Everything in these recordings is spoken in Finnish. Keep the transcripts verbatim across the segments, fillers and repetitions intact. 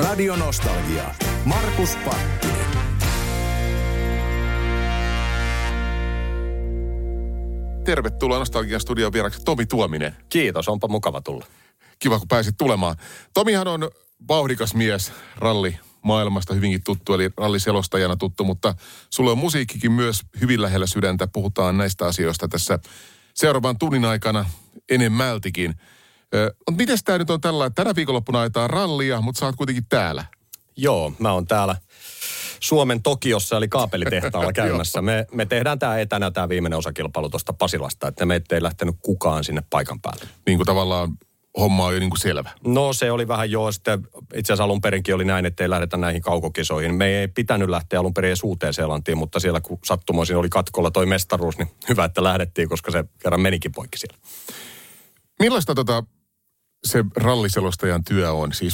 Radio Nostalgia. Markus Pattinen. Tervetuloa Nostalgian studion vieraksi Tomi Tuominen. Kiitos, onpa mukava tulla. Kiva, kun pääsit tulemaan. Tomihan on vauhdikas mies, ralli maailmasta hyvinkin tuttu, eli ralliselostajana tuttu, mutta sulla on musiikkikin myös hyvin lähellä sydäntä. Puhutaan näistä asioista tässä seuraavan tunnin aikana enemmältikin. Mutta miten tämä nyt on tällä, että tänä viikonloppuna ajetaan rallia, mutta sä oot kuitenkin täällä? Joo, mä oon täällä Suomen Tokiossa, eli kaapelitehtaalla käymässä. Me, me tehdään tämä etänä, tämä viimeinen osakilpailu tuosta Pasilasta, että meitä ei lähtenyt kukaan sinne paikan päälle. Niin kuin tavallaan homma on jo niin kuin selvä. No se oli vähän joo, sitten itse asiassa alun perinkin oli näin, että ei lähdetä näihin kaukokisoihin. Me ei pitänyt lähteä alun perin edes Uuteen-Seelantiin, mutta siellä kun sattumoisin oli katkolla toi mestaruus, niin hyvä, että lähdettiin, koska se kerran menikin poikki siellä. Millaista tota, se ralliselostajan työ on? Siis,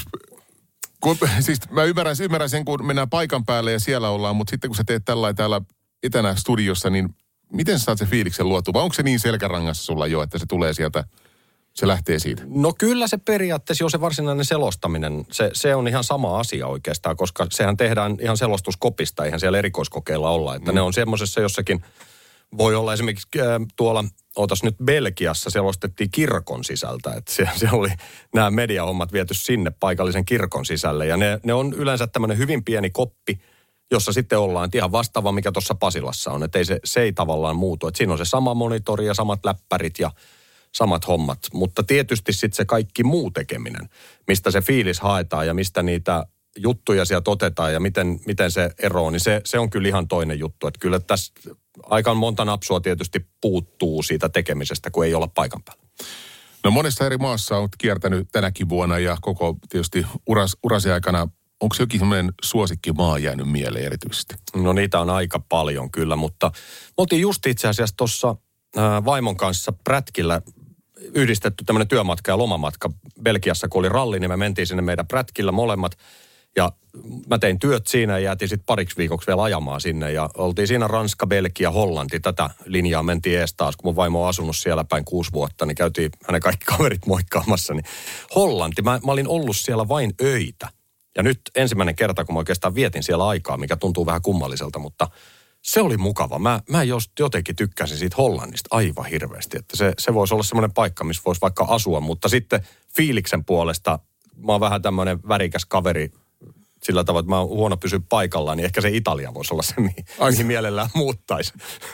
kun, siis mä ymmärrän, ymmärrän sen, kun mennään paikan päälle ja siellä ollaan, mutta sitten kun sä teet tällainen täällä etänä studiossa, niin miten sä saat se fiiliksen luotua? Vai onko se niin selkärangassa sulla jo, että se tulee sieltä? Se lähtee siitä. No kyllä se periaatteessa jo se varsinainen selostaminen, se, se on ihan sama asia oikeastaan, koska sehän tehdään ihan selostuskopista, eihän siellä erikoiskokeilla olla. Että mm. ne on semmoisessa jossakin, voi olla esimerkiksi äh, tuolla, ootas nyt Belgiassa, selostettiin kirkon sisältä. Että siellä, siellä oli nämä mediahommat viety sinne paikallisen kirkon sisälle. Ja ne, ne on yleensä tämmöinen hyvin pieni koppi, jossa sitten ollaan ihan vastaava, mikä tuossa Pasilassa on. Että ei se, se ei tavallaan muutu. Että siinä on se sama monitori ja samat läppärit ja samat hommat, mutta tietysti sitten se kaikki muu tekeminen, mistä se fiilis haetaan ja mistä niitä juttuja sieltä otetaan ja miten, miten se eroo, niin se, se on kyllä ihan toinen juttu. Että kyllä tässä aika monta napsua tietysti puuttuu siitä tekemisestä, kun ei olla paikan päällä. No monessa eri maassa on kiertänyt tänäkin vuonna ja koko tietysti uras, urasi aikana. Onko jokin semmoinen suosikkimaa jäänyt mieleen erityisesti? No niitä on aika paljon kyllä, mutta me oltiin just itse asiassa tuossa vaimon kanssa prätkillä yhdistetty tämmöinen työmatka ja lomamatka Belgiassa, kun oli ralli, niin me mentiin sinne meidän prätkillä molemmat. Ja mä tein työt siinä ja jäätiin sitten pariksi viikoksi vielä ajamaan sinne. Ja oltiin siinä Ranska, Belgia, Hollanti. Tätä linjaa mentiin ees taas, kun mun vaimo on asunut siellä päin kuusi vuotta, niin käytiin hänen kaikki kaverit moikkaamassa. Niin Hollanti, mä, mä olin ollut siellä vain öitä. Ja nyt ensimmäinen kerta, kun mä oikeastaan vietin siellä aikaa, mikä tuntuu vähän kummalliselta, mutta se oli mukava. Mä, mä jotenkin tykkäsin siitä Hollannista aivan hirveästi, että se, se voisi olla semmoinen paikka, missä voisi vaikka asua, mutta sitten fiiliksen puolesta mä oon vähän tämmöinen värikäs kaveri sillä tavalla, että mä oon huono pysyä paikallaan, niin ehkä se Italia voisi olla se, mihin, mihin mielellään muuttaisi.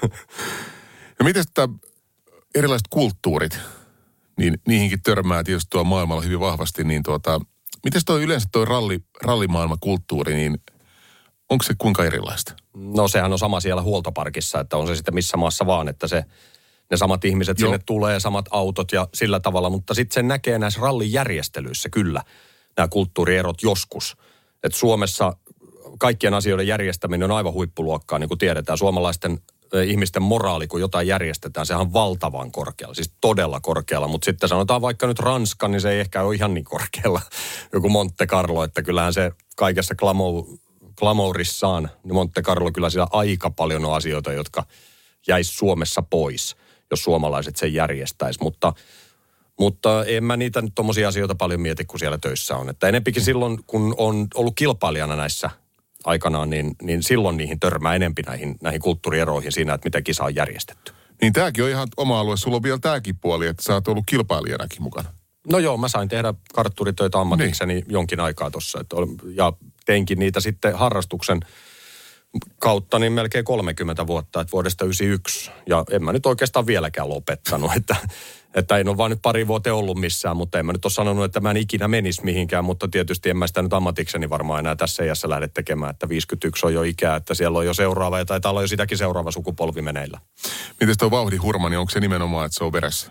Ja miten sitä erilaiset kulttuurit, niin niihinkin törmää tietysti tuo maailmalla hyvin vahvasti, niin tuota, miten toi yleensä toi ralli, rallimaailmakulttuuri, niin onko se kuinka erilaista? No sehän on sama siellä huoltoparkissa, että on se sitten missä maassa vaan, että se, ne samat ihmiset Joo. sinne tulee, samat autot ja sillä tavalla. Mutta sitten sen näkee näissä rallijärjestelyissä kyllä, nämä kulttuurierot joskus. Että Suomessa kaikkien asioiden järjestäminen on aivan huippuluokkaa, niin kuin tiedetään. Suomalaisten ihmisten moraali, kun jotain järjestetään, sehän on valtavan korkealla, siis todella korkealla. Mutta sitten sanotaan vaikka nyt Ranska, niin se ei ehkä ole ihan niin korkealla, joku Monte Carlo, että kyllähän se kaikessa glamour glamourissaan, niin Monte Carlo kyllä siellä aika paljon on asioita, jotka jäisi Suomessa pois, jos suomalaiset sen järjestäisi. Mutta, mutta en mä niitä nyt tommosia asioita paljon mieti, kun siellä töissä on. Että enempikin silloin, kun on ollut kilpailijana näissä aikanaan, niin, niin silloin niihin törmää enempi näihin, näihin kulttuurieroihin siinä, että miten kisa on järjestetty. Niin tämäkin on ihan oma alue. Sulla on vielä tämäkin puoli, että sä oot ollut kilpailijanakin mukana. No joo, mä sain tehdä kartturitöitä ammatikseni niin. jonkin aikaa tuossa. Ja teinkin niitä sitten harrastuksen kautta niin melkein kolmekymmentä vuotta, että vuodesta yhdeksänkymmentäyksi. Ja en mä nyt oikeastaan vieläkään lopettanut, että, että en ole vaan nyt pari vuotta ollut missään, mutta en mä nyt ole sanonut, että mä en ikinä menisi mihinkään, mutta tietysti en mä sitä nyt ammatikseni varmaan enää tässä iässä lähde tekemään, että viisikymmentäyksi on jo ikää, että siellä on jo seuraava ja taitaa olla jo sitäkin seuraava sukupolvi meneillä. Miten tuo vauhdihurma, niin onko se nimenomaan, että se on veressä?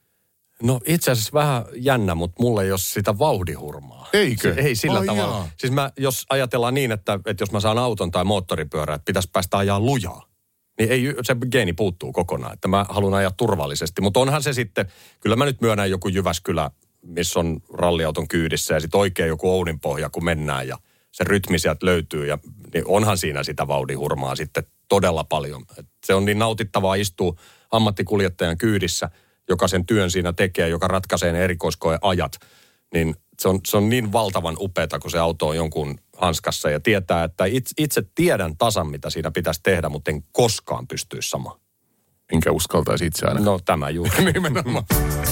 No itse asiassa vähän jännä, mutta mulla ei ole sitä vauhdihurmaa. Eikö? Se, ei sillä Ai tavalla. Jaa. Siis mä, jos ajatellaan niin, että, että jos mä saan auton tai moottoripyörää, että pitäisi päästä ajaa lujaa, niin ei, se geeni puuttuu kokonaan. Että mä haluan ajaa turvallisesti. Mutta onhan se sitten, kyllä mä nyt myönnän joku Jyväskylä, missä on ralliauton kyydissä ja sitten oikein joku Ouninpohja, kun mennään ja se rytmi sieltä löytyy. Ja niin onhan siinä sitä vauhdihurmaa sitten todella paljon. Et se on niin nautittavaa istua ammattikuljettajan kyydissä, joka sen työn siinä tekee, joka ratkaisee ne erikoiskoeajat, niin se on, se on niin valtavan upeata, kun se auto on jonkun hanskassa ja tietää, että itse, itse tiedän tasan, mitä siinä pitäisi tehdä, mutta en koskaan pystyisi samaan. Enkä uskaltaisi itse aina. No tämä juuri. Nimenomaan.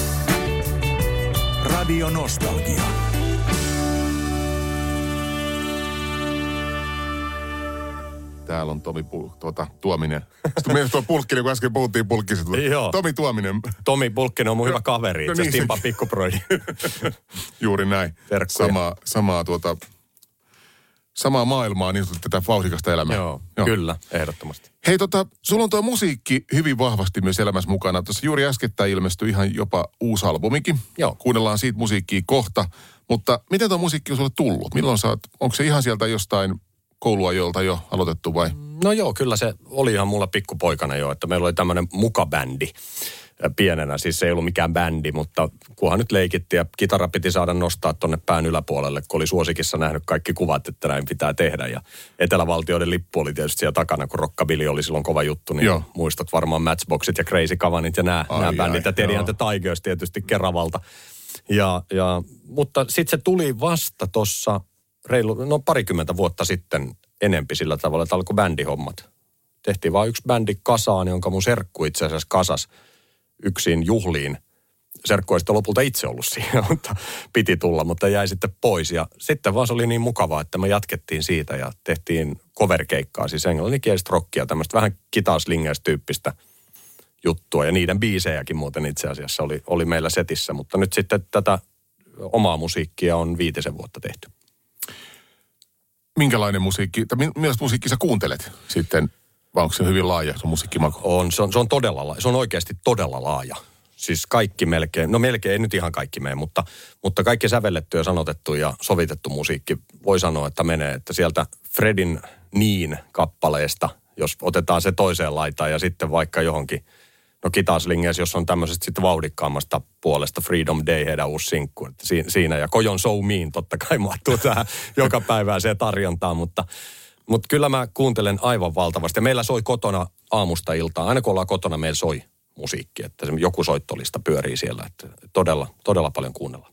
Radio Nostalgia. Täällä on Tomi Pul- tuota, Tuominen. Sitten meillä tuo Pulkkinen, kun äsken puhuttiin Pulkkisesta. Tomi Tuominen. Tomi Pulkkinen on mun hyvä kaveri. No Itse asiassa niin, Timpan pikkuproidi. Juuri näin. Samaa, samaa, tuota, samaa maailmaa, niin tätä vauhdikasta elämää. Joo, Joo, kyllä, ehdottomasti. Hei, tota, sulla on tuo musiikki hyvin vahvasti myös elämässä mukana. Tuossa juuri äskettäin ilmestyi ihan jopa uusi albumikin. Joo. Kuunnellaan siitä musiikkia kohta. Mutta miten tuo musiikki on sulle tullut? Milloin sä oot, onko se ihan sieltä jostain kouluajolta jo aloitettu vai? No joo, kyllä se oli ihan mulla pikkupoikana jo, että meillä oli tämmöinen mukabändi pienenä. Siis se ei ollut mikään bändi, mutta kunhan nyt leikittiin ja kitara piti saada nostaa tonne pään yläpuolelle, kun oli Suosikissa nähnyt kaikki kuvat, että näin pitää tehdä. Ja Etelävaltioiden lippu oli tietysti siellä takana, kun Rockabilly oli silloin kova juttu, niin joo. Muistat varmaan Matchboxit ja Crazy Cavanit ja nämä, nämä bändit. Ja Teddy and the Tigers tietysti Keravalta. Ja, ja, mutta sitten se tuli vasta tuossa reilu, no parikymmentä vuotta sitten enempi sillä tavalla, että alkoi bändihommat. Tehtiin vaan yksi bändi kasaan, jonka mun serkku itse asiassa kasas yksin juhliin. Serkku ei sitten lopulta itse ollut siinä, mutta piti tulla, mutta jäi sitten pois. Ja sitten vaan se oli niin mukavaa, että me jatkettiin siitä ja tehtiin cover-keikkaa, siis englanninkielistä rockia, tämmöistä vähän kitarslingeistä-tyyppistä juttua. Ja niiden biisejäkin muuten itse asiassa oli, oli meillä setissä, mutta nyt sitten tätä omaa musiikkia on viitisen vuotta tehty. Minkälainen musiikki, tai millaista musiikkia sä kuuntelet sitten, vai onko se hyvin laaja se musiikkimaku? On, se on, se on todella laaja, se on oikeasti todella laaja. Siis kaikki melkein, no melkein ei nyt ihan kaikki mene, mutta, mutta kaikki sävelletty ja sanotettu ja sovitettu musiikki voi sanoa, että menee, että sieltä Fredin Niin kappaleesta, jos otetaan se toiseen laitaan ja sitten vaikka johonkin, no Kitarslingeissa, jos on tämmöisestä sitten vauhdikkaammasta puolesta Freedom Day, heidän uusi sinkku, että siinä ja Kojon So Mean totta kai mahtuu tähän joka päivään se tarjontaan, mutta, mutta kyllä mä kuuntelen aivan valtavasti. Ja meillä soi kotona aamusta iltaan, aina kun ollaan kotona, meillä soi musiikki, että joku soittolista pyörii siellä, että todella, todella paljon kuunnellaan.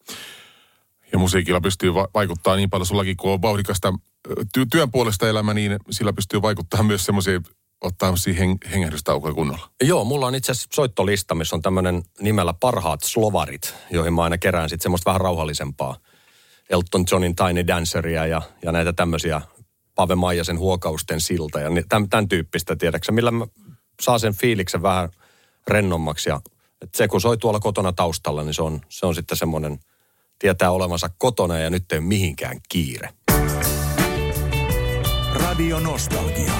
Ja musiikilla pystyy va- vaikuttaa niin paljon, sullakin kun on vauhdikasta ty- työn puolesta elämä, niin sillä pystyy vaikuttaa myös semmoisia, ottaa heng- hengähdystaukoja kunnolla. Joo, mulla on itse asiassa soittolista, missä on tämmöinen nimellä Parhaat slovarit, joihin mä aina kerään sitten semmoista vähän rauhallisempaa Elton Johnin Tiny Danceria ja, ja näitä tämmöisiä Pave Maijasen Huokausten silta ja tämän, tämän tyyppistä, tiedäksä, millä mä saa sen fiiliksen vähän rennommaksi ja että se kun soi tuolla kotona taustalla, niin se on, se on sitten semmoinen, tietää olevansa kotona ja nyt ei ole mihinkään kiire. Radio Nostalgia.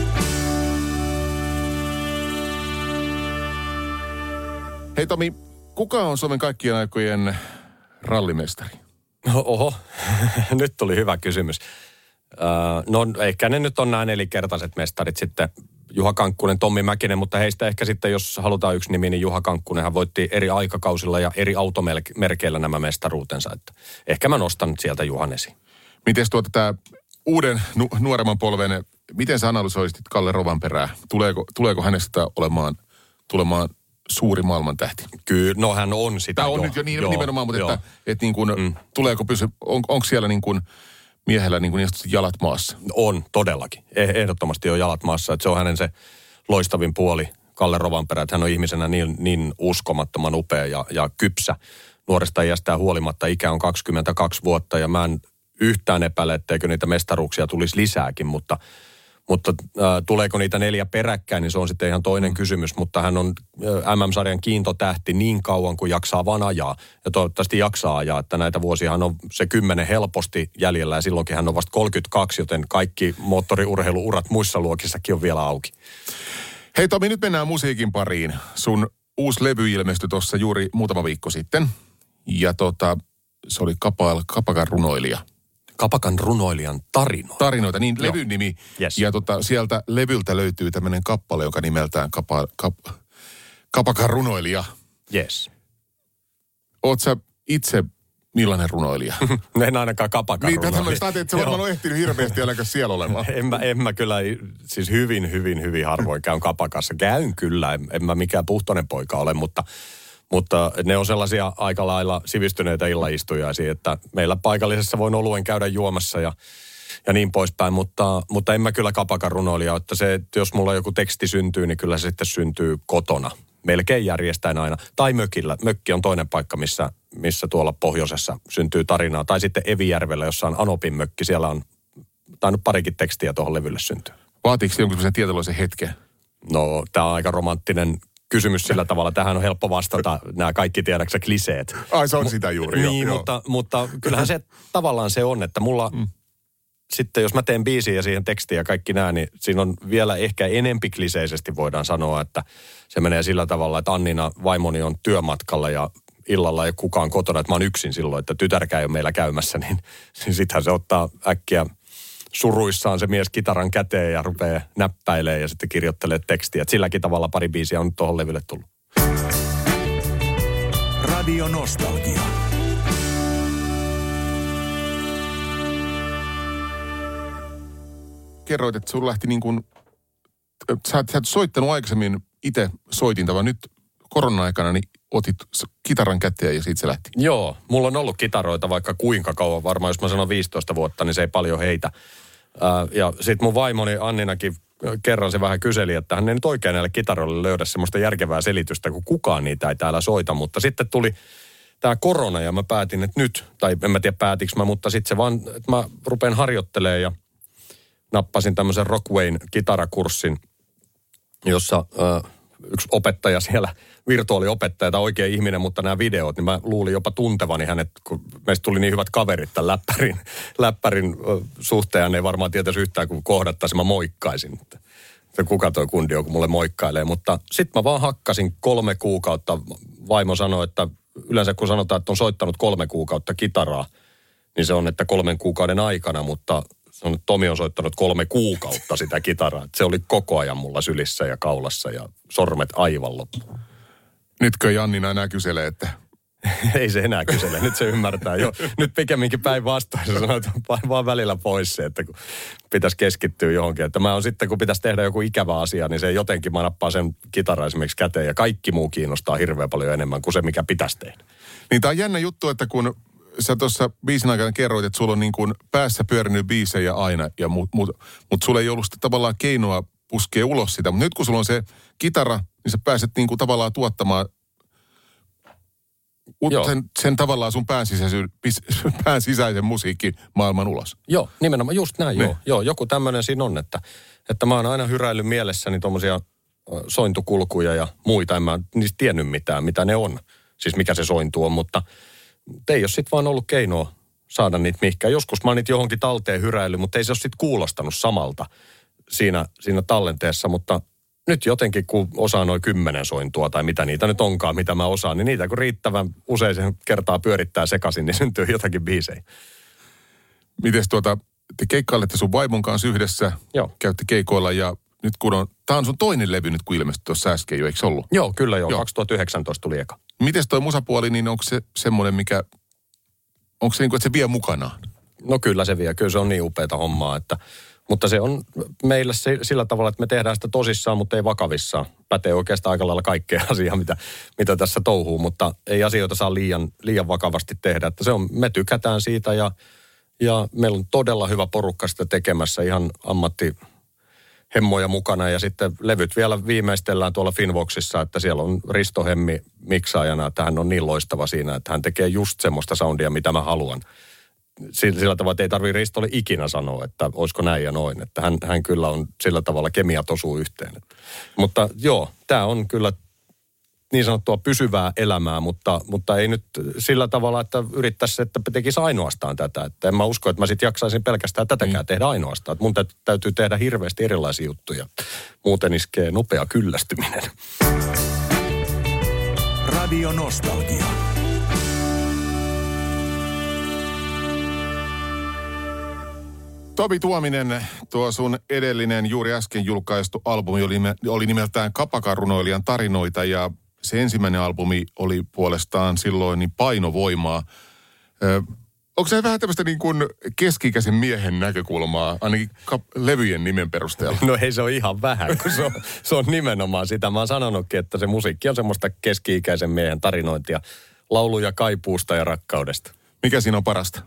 Hei Tomi, kuka on Suomen kaikkien aikojen rallimestari? No, oho, nyt tuli hyvä kysymys. Öö, no ehkä ne nyt on nämä nelikertaiset mestarit sitten. Juha Kankkunen, Tommi Mäkinen, mutta heistä ehkä sitten, jos halutaan yksi nimi, niin Juha Kankkunenhan voitti eri aikakausilla ja eri automerkeillä nämä mestaruutensa. Että ehkä mä nostan sieltä Juhan esiin. Miten tuota tämä uuden nu- nuoremman polven, miten sä analysoisit Kalle Rovanperää? Tuleeko, tuleeko hänestä olemaan, tulemaan suuri maailmantähti? Kyllä, no hän on sitä. Tämä on jo, nyt jo niin, joo, nimenomaan, mutta joo. että, että niin kuin, mm. tuleeko pysy, on, onko siellä niin kuin miehellä niin kuin jalat maassa? On, todellakin. Ehdottomasti on jalat maassa. Että se on hänen se loistavin puoli, Kalle Rovanperä, että hän on ihmisenä niin, niin uskomattoman upea ja, ja kypsä. Nuoresta iästään huolimatta, ikä on kaksikymmentäkaksi vuotta ja mä en yhtään epäile, etteikö niitä mestaruuksia tulisi lisääkin, mutta, mutta äh, tuleeko niitä neljä peräkkäin, niin se on sitten ihan toinen mm. kysymys, mutta hän on äh, M M-sarjan kiintotähti niin kauan kuin jaksaa vaan ajaa ja toivottavasti jaksaa ajaa, että näitä vuosiahan on se kymmenen helposti jäljellä ja silloinkin hän on vasta kolmekymmentäkaksi, joten kaikki moottoriurheiluurat muissa luokissakin on vielä auki. Hei Tomi, nyt mennään musiikin pariin. Sun uusi levy ilmestyi tuossa juuri muutama viikko sitten ja tota, se oli Kapal, Kapakan runoilija. Kapakan runoilijan tarinoita. Tarinoita, niin Joo. levyn nimi. Yes. Ja tota, sieltä levyltä löytyy tämmöinen kappale, joka nimeltään Kapa, Kap, Kapakan runoilija. Yes. Oot sä itse millainen runoilija? En ainakaan Kapakan niin, runoilija. Niin, tätä että sä varmaan on ehtinyt hirveästi ainakaan siellä olemaan. en, mä, en mä kyllä, siis hyvin, hyvin, hyvin harvoin käyn Kapakassa. Käyn kyllä, en, en mä mikään puhtoinen poika ole, mutta, Mutta ne on sellaisia aika lailla sivistyneitä illaistujaisia, että meillä paikallisessa voin oluen käydä juomassa ja, ja niin poispäin. Mutta, mutta en mä kyllä kapakan runoilija, että se, että jos mulla joku teksti syntyy, niin kyllä se sitten syntyy kotona. Melkein järjestäen aina. Tai mökillä. Mökki on toinen paikka, missä, missä tuolla pohjoisessa syntyy tarinaa. Tai sitten Evijärvellä, jossa on Anopin mökki. Siellä on tainnut parikin tekstiä tuohon levylle syntyä. Vaatiiko se jonkun sellaisen tietynlaisen hetken? No, tämä on aika romanttinen kysymys sillä tavalla. Tähän on helppo vastata nämä kaikki tiedäksä kliseet. Ai se on sitä juuri. Niin, jo, mutta, mutta kyllähän se tavallaan se on, että mulla mm. sitten jos mä teen biisin ja siihen tekstiin ja kaikki nämä, niin siinä on vielä ehkä enempi kliseisesti voidaan sanoa, että se menee sillä tavalla, että Annina vaimoni on työmatkalla ja illalla ei ole kukaan kotona, että mä oon yksin silloin, että tytärkään ei ole meillä käymässä, niin, niin sittenhän se ottaa äkkiä suruissaan se mies kitaran käteen ja rupeaa näppäilemään ja sitten kirjoittelee tekstiä. Et silläkin tavalla pari biisiä on nyt tuohon levylle tullut. Radio Nostalgia. Kerroit, että sun lähti niin kuin, sä et, sä et soittanut aikaisemmin itse soitinta, vaan nyt korona-aikana niin otit kitaran käteen ja siitä se lähti. Joo, mulla on ollut kitaroita vaikka kuinka kauan, varmaan jos mä sanon viisitoista vuotta, niin se ei paljon heitä. Ää, ja sit mun vaimoni Anninakin kerran se vähän kyseli, että hän ei nyt oikein näille kitaroille löydä semmoista järkevää selitystä, kun kukaan niitä ei täällä soita. Mutta sitten tuli tää korona ja mä päätin, että nyt, tai en mä tiedä päätinkö mä, mutta sitten se vaan, että mä rupean harjoittelemaan ja nappasin tämmöisen Rockwayne kitarakurssin, jossa äh, yksi opettaja siellä, virtuaaliopettaja tai oikea ihminen, mutta nämä videot, niin mä luulin jopa tuntevani hänet, kun meistä tuli niin hyvät kaverit tämän läppärin, läppärin äh, suhteen, ei varmaan tietäisi yhtään, kun kohdattaisiin, mä moikkaisin. Että, että kuka toi kundi on, kun mulle moikkailee. Mutta sitten mä vaan hakkasin kolme kuukautta. Vaimo sanoi, että yleensä kun sanotaan, että on soittanut kolme kuukautta kitaraa, niin se on, että kolmen kuukauden aikana, mutta on, Tomi on soittanut kolme kuukautta sitä kitaraa. Se oli koko ajan mulla sylissä ja kaulassa ja sormet aivan loppu. Nytkö Jannina enää kyselee, että... Ei se enää kysele, nyt se ymmärtää jo. Nyt pikemminkin päinvastoin se sanoo, että vaan välillä pois se, että kun pitäisi keskittyä johonkin. Että mä on sitten, kun pitäisi tehdä joku ikävä asia, niin se jotenkin mä nappaan sen kitaran esimerkiksi käteen ja kaikki muu kiinnostaa hirveän paljon enemmän kuin se, mikä pitäisi tehdä. Niin tää on jännä juttu, että kun sä tuossa biisin aikana kerroit, että sulla on niin kuin päässä pyörinyt biisejä aina, ja mut, mut, mut sulla ei ollut sitä tavallaan keinoa puskea ulos sitä. Mutta nyt kun sulla on se kitara, niin sä pääset niin kuin tavallaan tuottamaan sen, sen tavallaan sun pään sisäisen, pään sisäisen musiikin maailman ulos. Joo, nimenomaan just näin, joo. joo. Joku tämmöinen siinä on, että, että mä oon aina hyräillyt mielessäni tommosia sointukulkuja ja muita. En mä niistä tiennyt mitään, mitä ne on. Siis mikä se sointu on, mutta ei ole sitten vaan ollut keinoa saada niitä mihinkään. Joskus mä oon niitä johonkin talteen hyräillyt, mutta ei se ole sitten kuulostanut samalta siinä, siinä tallenteessa. Mutta nyt jotenkin, kun osaan noin kymmenen sointua tai mitä niitä nyt onkaan, mitä mä osaan, niin niitä kun riittävän usein kertaa pyörittää sekaisin, niin syntyy jotakin biisejä. Mites tuota, te keikkailette sun vaimon kanssa yhdessä, joo. Käytte keikoilla ja nyt kun on, tää on sun toinen levy nyt kun ilmestyi tuossa äsken jo, eikö se ollut? Joo, kyllä joo, joo. kaksituhattayhdeksäntoista tuli eka. Mites toi musapuoli, niin onko se semmoinen, mikä, onko se niin kuin, että se vie mukanaan? No kyllä se vie, kyllä se on niin upeata hommaa, että, mutta se on meillä se, sillä tavalla, että me tehdään sitä tosissaan, mutta ei vakavissaan. Pätee oikeastaan aika lailla kaikkea asiaa, mitä, mitä tässä touhuu, mutta ei asioita saa liian, liian vakavasti tehdä. Että se on, me tykätään siitä ja, ja meillä on todella hyvä porukka sitä tekemässä, ihan ammatti hemmoja mukana ja sitten levyt vielä viimeistellään tuolla Finvoxissa, että siellä on Risto Hemmi miksaajana, että hän on niin loistava siinä, että hän tekee just semmoista soundia, mitä mä haluan. Sillä, sillä tavalla, että ei tarvitse Ristolle ikinä sanoa, että olisiko näin ja noin, että hän, hän kyllä on sillä tavalla, kemiat osuu yhteen. Mutta joo, tämä on kyllä niin sanottua pysyvää elämää, mutta, mutta ei nyt sillä tavalla, että yrittäisi, että tekisi ainoastaan tätä. Että en mä usko, että mä sitten jaksaisin pelkästään tätäkään mm. tehdä ainoastaan. Että mun täytyy tehdä hirveästi erilaisia juttuja. Muuten iskee nopea kyllästyminen. Radio Nostalgia. Tomi Tuominen, tuo sun edellinen juuri äsken julkaistu albumi oli, oli nimeltään Kapakan runoilijan tarinoita ja se ensimmäinen albumi oli puolestaan silloin niin Painovoimaa. Ö, onko se vähän tämmöistä niin kuin keski-ikäisen miehen näkökulmaa, ainakin kap- levyjen nimen perusteella? No ei se ole ihan vähän, kun se on, se on nimenomaan sitä. Mä oon sanonutkin, että se musiikki on semmoista keski-ikäisen miehen tarinointia, lauluja kaipuusta ja rakkaudesta. Mikä siinä on parasta?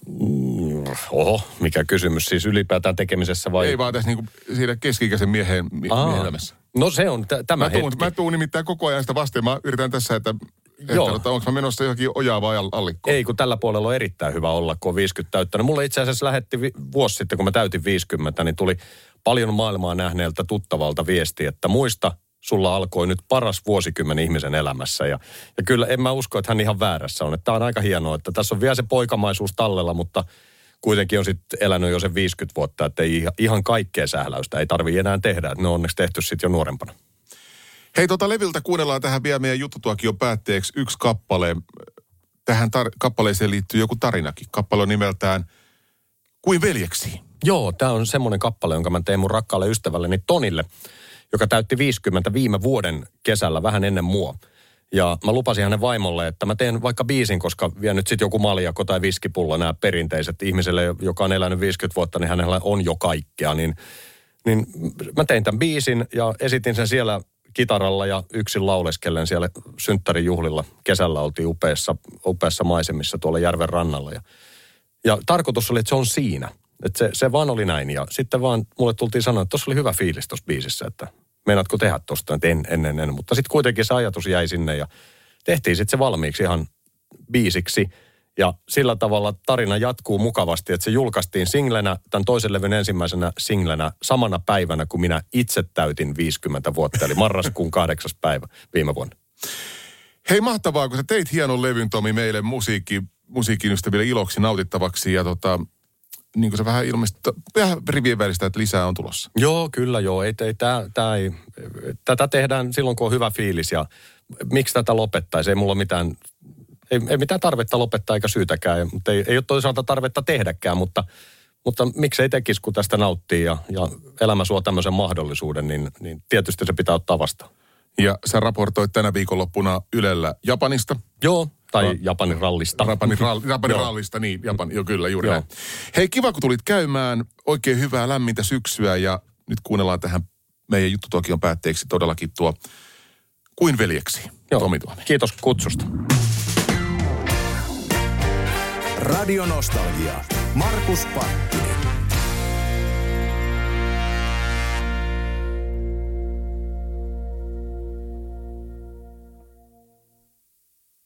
Mm, oho, mikä kysymys siis ylipäätään tekemisessä vai? Ei vaan tässä niin kuin siinä keski-ikäisen miehen, miehen elämässä. No se on t- tämä mä tuun, hetki. Mä tuun nimittäin koko ajan sitä vastaan. Mä yritän tässä, että, että onko mä menossa johonkin ojaa vai allikkoon. Ei, kun tällä puolella on erittäin hyvä olla, kun on viisikymmentä täyttänyt. Mulle itse asiassa lähetti vi- vuosi sitten, kun mä täytin viisikymmentä, niin tuli paljon maailmaa nähneeltä tuttavalta viesti, että muista, sulla alkoi nyt paras vuosikymmen ihmisen elämässä. Ja, ja kyllä en mä usko, että hän ihan väärässä on. Että tää on aika hienoa, että tässä on vielä se poikamaisuus tallella, mutta kuitenkin on sitten elänyt jo sen viisikymmentä vuotta, että ei ihan kaikkea sähläystä ei tarvitse enää tehdä. Että ne on onneksi tehty sitten jo nuorempana. Hei, tota levyltä kuunnellaan tähän vielä meidän juttutuokion päätteeksi yksi kappale. Tähän tar- kappaleeseen liittyy joku tarinakin. Kappale on nimeltään Kuin veljeksi. Joo, tämä on semmoinen kappale, jonka mä tein mun rakkaalle ystävälleni Tonille, joka täytti viisikymmentä viime vuoden kesällä vähän ennen mua. Ja mä lupasin hänen vaimolle, että mä teen vaikka biisin, koska vie nyt sitten joku maljako tai viskipullo, nämä perinteiset. Ihmiselle, joka on elänyt viisikymmentä vuotta, niin hänellä on jo kaikkea. Niin, niin mä tein tämän biisin ja esitin sen siellä kitaralla ja yksin lauleskellen siellä synttärijuhlilla. Kesällä oltiin upeassa, upeassa maisemissa tuolla järven rannalla. Ja, ja tarkoitus oli, että se on siinä. Että se, se vaan oli näin. Ja sitten vaan mulle tultiin sanoa, että tuossa oli hyvä fiilis tuossa biisissä, että meinaatko tehdä tuosta, että en, en, en, en. Mutta sitten kuitenkin se ajatus jäi sinne ja tehtiin sitten se valmiiksi ihan biisiksi. Ja sillä tavalla tarina jatkuu mukavasti, että se julkaistiin singlenä, tämän toisen levyn ensimmäisenä singlenä samana päivänä, kun minä itse täytin viisikymmentä vuotta, eli marraskuun kahdeksas päivä viime vuonna. Hei, mahtavaa, kun sä teit hienon levyn, Tomi, meille musiikki, musiikin ystäville iloksi nautittavaksi ja tota, niin kuin se vähän ilmeisesti, vähän rivien välistä, että lisää on tulossa. Joo, kyllä joo. Ei, ei, tää, tää ei, tätä tehdään silloin, kun on hyvä fiilis ja miksi tätä lopettaisi? Ei mulla mitään, ei, ei mitään tarvetta lopettaa eikä syytäkään, mutta ei, ei ole toisaalta tarvetta tehdäkään, mutta, mutta miksei tekisi, kun tästä nauttii ja, ja elämä suo tämmöisen mahdollisuuden, niin, niin tietysti se pitää ottaa vastaan. Ja sä raportoit tänä viikonloppuna Ylellä Japanista. Joo, tai Ra- Japanin rallista. Japanin, rall, Japanin rallista, niin, Japan, jo kyllä, juuri näin. Hei, kiva kun tulit käymään. Oikein hyvää lämmintä syksyä ja nyt kuunnellaan tähän meidän juttutuokion päätteeksi todellakin tuo Kuin veljeksi, Joo. Tomi Tuomi. Kiitos kutsusta. Radio Nostalgia. Markus Panttinen.